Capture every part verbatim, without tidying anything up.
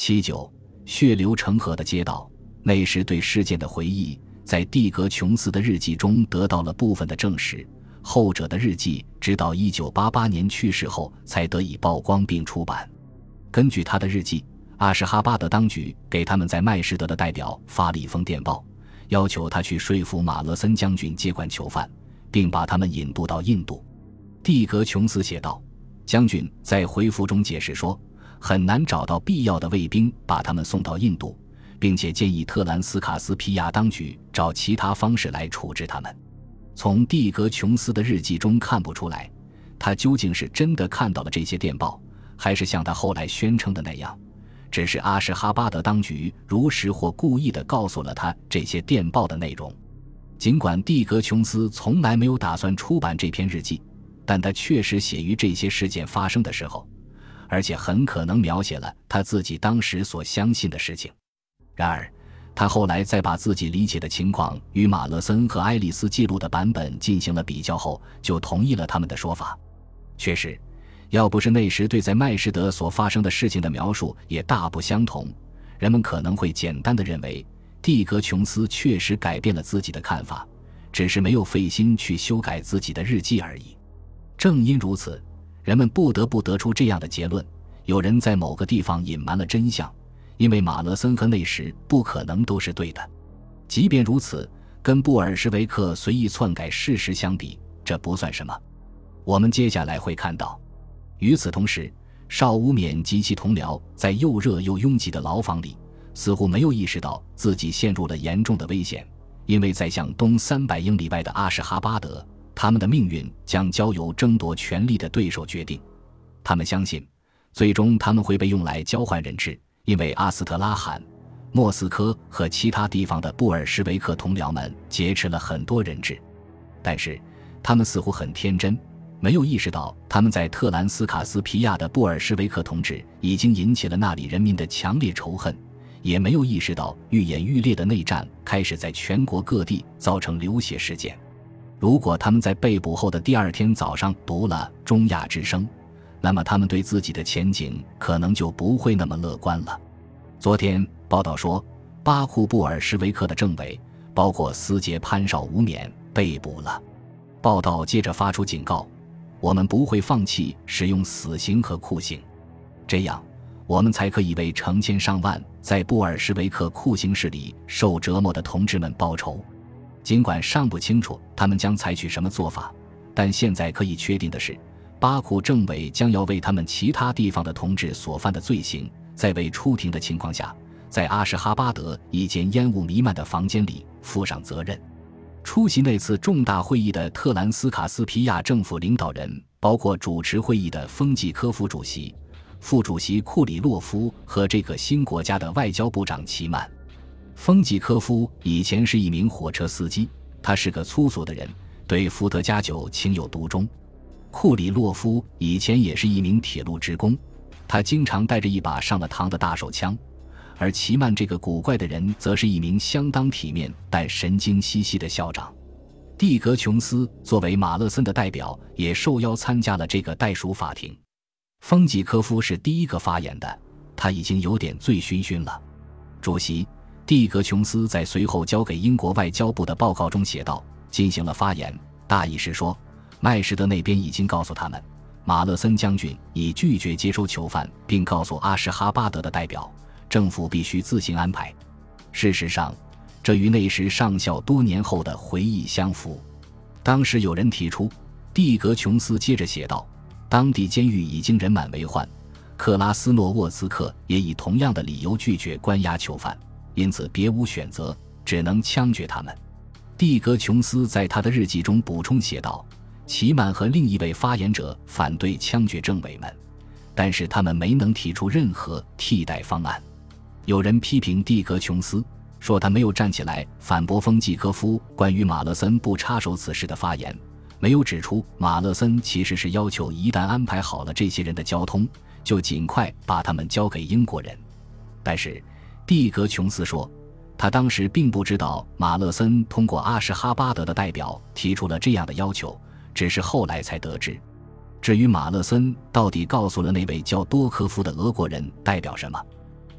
七九血流成河的街道，那时对事件的回忆在蒂格琼斯的日记中得到了部分的证实，后者的日记直到一九八八年去世后才得以曝光并出版。根据他的日记，阿什哈巴德当局给他们在麦士德的代表发了一封电报，要求他去说服马勒森将军接管囚犯，并把他们引渡到印度。蒂格琼斯写道，将军在回复中解释说，很难找到必要的卫兵把他们送到印度，并且建议特兰斯卡斯皮亚当局找其他方式来处置他们。从蒂格琼斯的日记中看不出来，他究竟是真的看到了这些电报，还是像他后来宣称的那样，只是阿什哈巴德当局如实或故意地告诉了他这些电报的内容。尽管蒂格琼斯从来没有打算出版这篇日记，但他确实写于这些事件发生的时候，而且很可能描写了他自己当时所相信的事情。然而他后来在把自己理解的情况与马勒森和爱丽丝记录的版本进行了比较后，就同意了他们的说法。确实，要不是那时对在麦士德所发生的事情的描述也大不相同，人们可能会简单地认为蒂格琼斯确实改变了自己的看法，只是没有费心去修改自己的日记而已。正因如此，人们不得不得出这样的结论，有人在某个地方隐瞒了真相，因为马勒森和内什不可能都是对的。即便如此，跟布尔什维克随意篡改事实相比，这不算什么。我们接下来会看到，与此同时，邵无冕及其同僚在又热又拥挤的牢房里，似乎没有意识到自己陷入了严重的危险，因为在向东三百英里外的阿什哈巴德，他们的命运将交由争夺权力的对手决定。他们相信，最终他们会被用来交换人质，因为阿斯特拉罕、莫斯科和其他地方的布尔什维克同僚们劫持了很多人质。但是他们似乎很天真，没有意识到他们在特兰斯卡斯皮亚的布尔什维克同志已经引起了那里人民的强烈仇恨，也没有意识到愈演愈烈的内战开始在全国各地造成流血事件。如果他们在被捕后的第二天早上读了《中亚之声》，那么他们对自己的前景可能就不会那么乐观了。昨天报道说，巴库布尔什维克的政委，包括司节潘绍无冕被捕了。报道接着发出警告，我们不会放弃使用死刑和酷刑，这样我们才可以为成千上万在布尔什维克酷刑室里受折磨的同志们报仇。尽管尚不清楚他们将采取什么做法，但现在可以确定的是，巴库政委将要为他们其他地方的同志所犯的罪行，在未出庭的情况下，在阿什哈巴德一间烟雾弥漫的房间里负上责任。出席那次重大会议的特兰斯卡斯皮亚政府领导人包括主持会议的丰季科夫主席、副主席库里洛夫和这个新国家的外交部长齐曼。丰季科夫以前是一名火车司机，他是个粗俗的人，对伏特加酒情有独钟。库里洛夫以前也是一名铁路职工，他经常带着一把上了膛的大手枪，而齐曼这个古怪的人则是一名相当体面但神经兮兮的校长。蒂格琼斯作为马勒森的代表也受邀参加了这个代属法庭。丰季科夫是第一个发言的，他已经有点醉醺醺了。主席蒂格琼斯在随后交给英国外交部的报告中写道，进行了发言，大意是说，麦士德那边已经告诉他们，马勒森将军已拒绝接收囚犯，并告诉阿什哈巴德的代表，政府必须自行安排。事实上，这与那时上校多年后的回忆相符。当时有人提出，蒂格琼斯接着写道，当地监狱已经人满为患，克拉斯诺沃茨克也以同样的理由拒绝关押囚犯，因此别无选择，只能枪决他们。蒂格琼斯在他的日记中补充写道，齐曼和另一位发言者反对枪决政委们，但是他们没能提出任何替代方案。有人批评蒂格琼斯，说他没有站起来反驳丰季科夫关于马勒森不插手此事的发言，没有指出马勒森其实是要求一旦安排好了这些人的交通，就尽快把他们交给英国人。但是蒂格琼斯说，他当时并不知道马勒森通过阿什哈巴德的代表提出了这样的要求，只是后来才得知。至于马勒森到底告诉了那位叫多科夫的俄国人代表什么，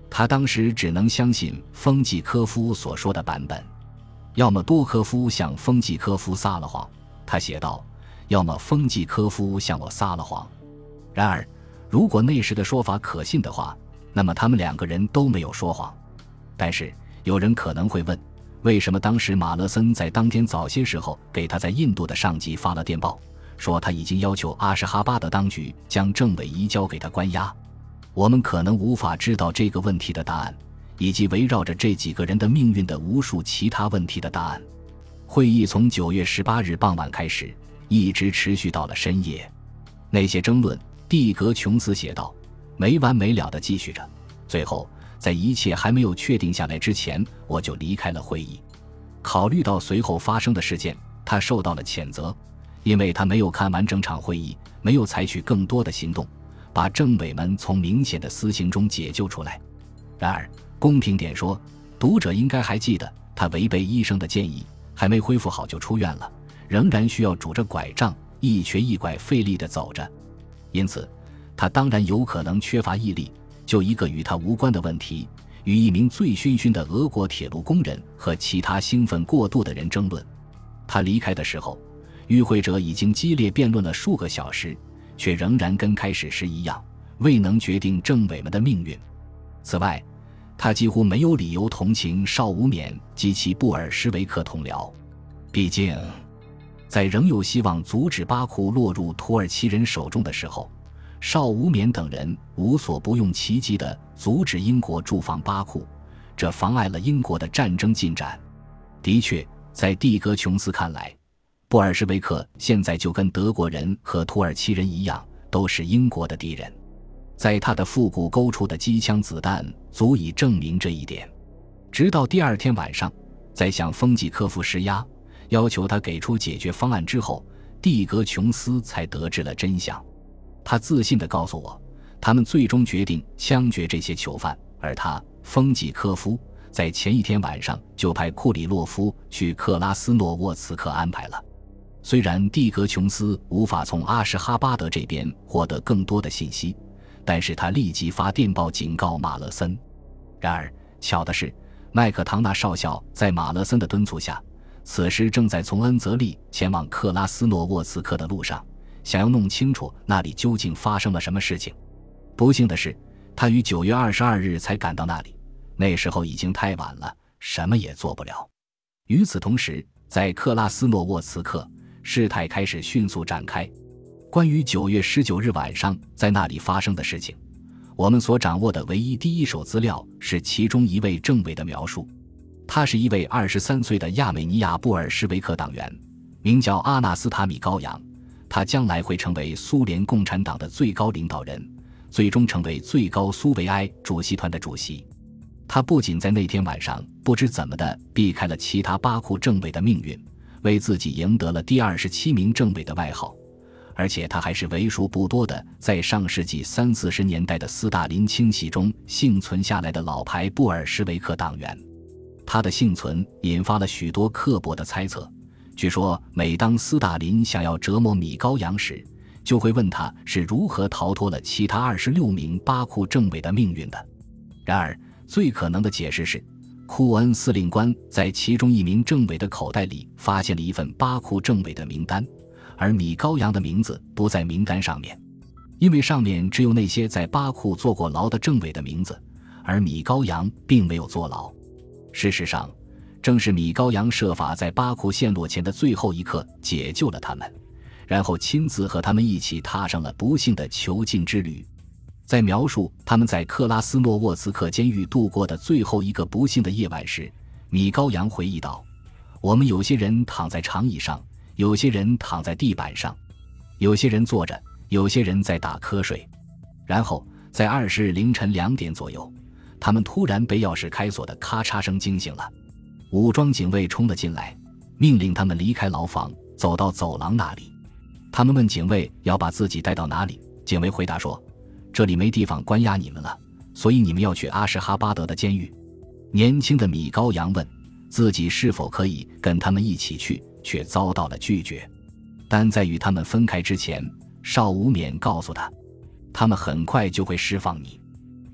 他当时只能相信丰季科夫所说的版本，要么多科夫向丰季科夫撒了谎，他写道，要么丰季科夫向我撒了谎。然而如果那时的说法可信的话，那么他们两个人都没有说谎。但是有人可能会问，为什么当时马勒森在当天早些时候给他在印度的上级发了电报，说他已经要求阿什哈巴德当局将政委移交给他关押？我们可能无法知道这个问题的答案，以及围绕着这几个人的命运的无数其他问题的答案。会议从九月十八日傍晚开始，一直持续到了深夜。那些争论，蒂格琼斯写道，没完没了地继续着。最后在一切还没有确定下来之前，我就离开了会议。考虑到随后发生的事件，他受到了谴责，因为他没有看完整场会议，没有采取更多的行动，把政委们从明显的私刑中解救出来。然而公平点说，读者应该还记得，他违背医生的建议，还没恢复好就出院了，仍然需要拄着拐杖一瘸一拐费力地走着。因此他当然有可能缺乏毅力，就一个与他无关的问题，与一名醉醺醺的俄国铁路工人和其他兴奋过度的人争论。他离开的时候，与会者已经激烈辩论了数个小时，却仍然跟开始时一样，未能决定政委们的命运。此外，他几乎没有理由同情邵武冕及其布尔什维克同僚。毕竟在仍有希望阻止巴库落入土耳其人手中的时候，邵武冕等人无所不用其极地阻止英国驻防巴库，这妨碍了英国的战争进展。的确，在蒂格琼斯看来，布尔什维克现在就跟德国人和土耳其人一样，都是英国的敌人。在他的腹股沟处的机枪子弹足以证明这一点。直到第二天晚上，在向丰季科夫施压，要求他给出解决方案之后，蒂格琼斯才得知了真相。他自信地告诉我，他们最终决定枪决这些囚犯，而他丰季科夫在前一天晚上就派库里洛夫去克拉斯诺沃茨克安排了。虽然蒂格琼斯无法从阿什哈巴德这边获得更多的信息，但是他立即发电报警告马勒森。然而巧的是，麦克唐纳少校在马勒森的敦促下，此时正在从恩泽利前往克拉斯诺沃茨克的路上，想要弄清楚那里究竟发生了什么事情。不幸的是，他于九月二十二日才赶到那里，那时候已经太晚了，什么也做不了。与此同时，在克拉斯诺沃茨克，事态开始迅速展开。关于九月十九日晚上在那里发生的事情，我们所掌握的唯一第一手资料是其中一位政委的描述。他是一位二十三岁的亚美尼亚布尔什维克党员，名叫阿纳斯塔米高扬。他将来会成为苏联共产党的最高领导人，最终成为最高苏维埃主席团的主席。他不仅在那天晚上不知怎么的避开了其他巴库政委的命运，为自己赢得了第二十七名政委的外号，而且他还是为数不多的在上世纪三四十年代的斯大林清洗中幸存下来的老牌布尔什维克党员。他的幸存引发了许多刻薄的猜测，据说每当斯大林想要折磨米高扬时，就会问他是如何逃脱了其他二十六名巴库政委的命运的。然而最可能的解释是，库恩司令官在其中一名政委的口袋里发现了一份巴库政委的名单，而米高扬的名字不在名单上面，因为上面只有那些在巴库坐过牢的政委的名字，而米高扬并没有坐牢。事实上，正是米高扬设法在巴库陷落前的最后一刻解救了他们，然后亲自和他们一起踏上了不幸的囚禁之旅。在描述他们在克拉斯诺沃茨克监狱度过的最后一个不幸的夜晚时，米高扬回忆道，我们有些人躺在长椅上，有些人躺在地板上，有些人坐着，有些人在打瞌睡。然后在二十日凌晨两点左右，他们突然被钥匙开锁的咔嚓声惊醒了。武装警卫冲了进来，命令他们离开牢房，走到走廊那里。他们问警卫要把自己带到哪里，警卫回答说，这里没地方关押你们了，所以你们要去阿什哈巴德的监狱。年轻的米高扬问自己是否可以跟他们一起去，却遭到了拒绝。但在与他们分开之前，邵武冕告诉他，他们很快就会释放你。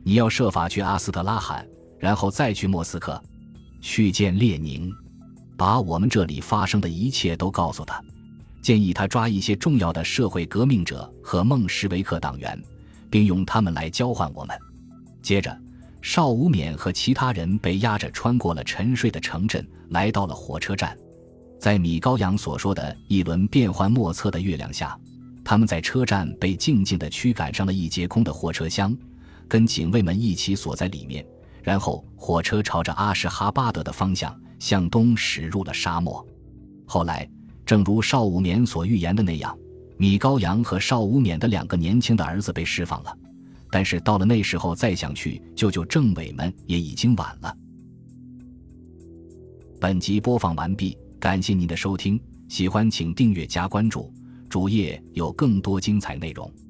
你要设法去阿斯特拉罕，然后再去莫斯科，去见列宁，把我们这里发生的一切都告诉他，建议他抓一些重要的社会革命者和孟什维克党员，并用他们来交换我们。接着邵武冕和其他人被押着穿过了沉睡的城镇，来到了火车站。在米高扬所说的一轮变幻莫测的月亮下，他们在车站被静静地驱赶上了一节空的货车厢，跟警卫们一起锁在里面，然后火车朝着阿什哈巴德的方向向东驶入了沙漠。后来正如邵武冕所预言的那样，米高扬和邵武冕的两个年轻的儿子被释放了，但是到了那时候再想去救救政委们也已经晚了。本集播放完毕，感谢您的收听，喜欢请订阅加关注，主页有更多精彩内容。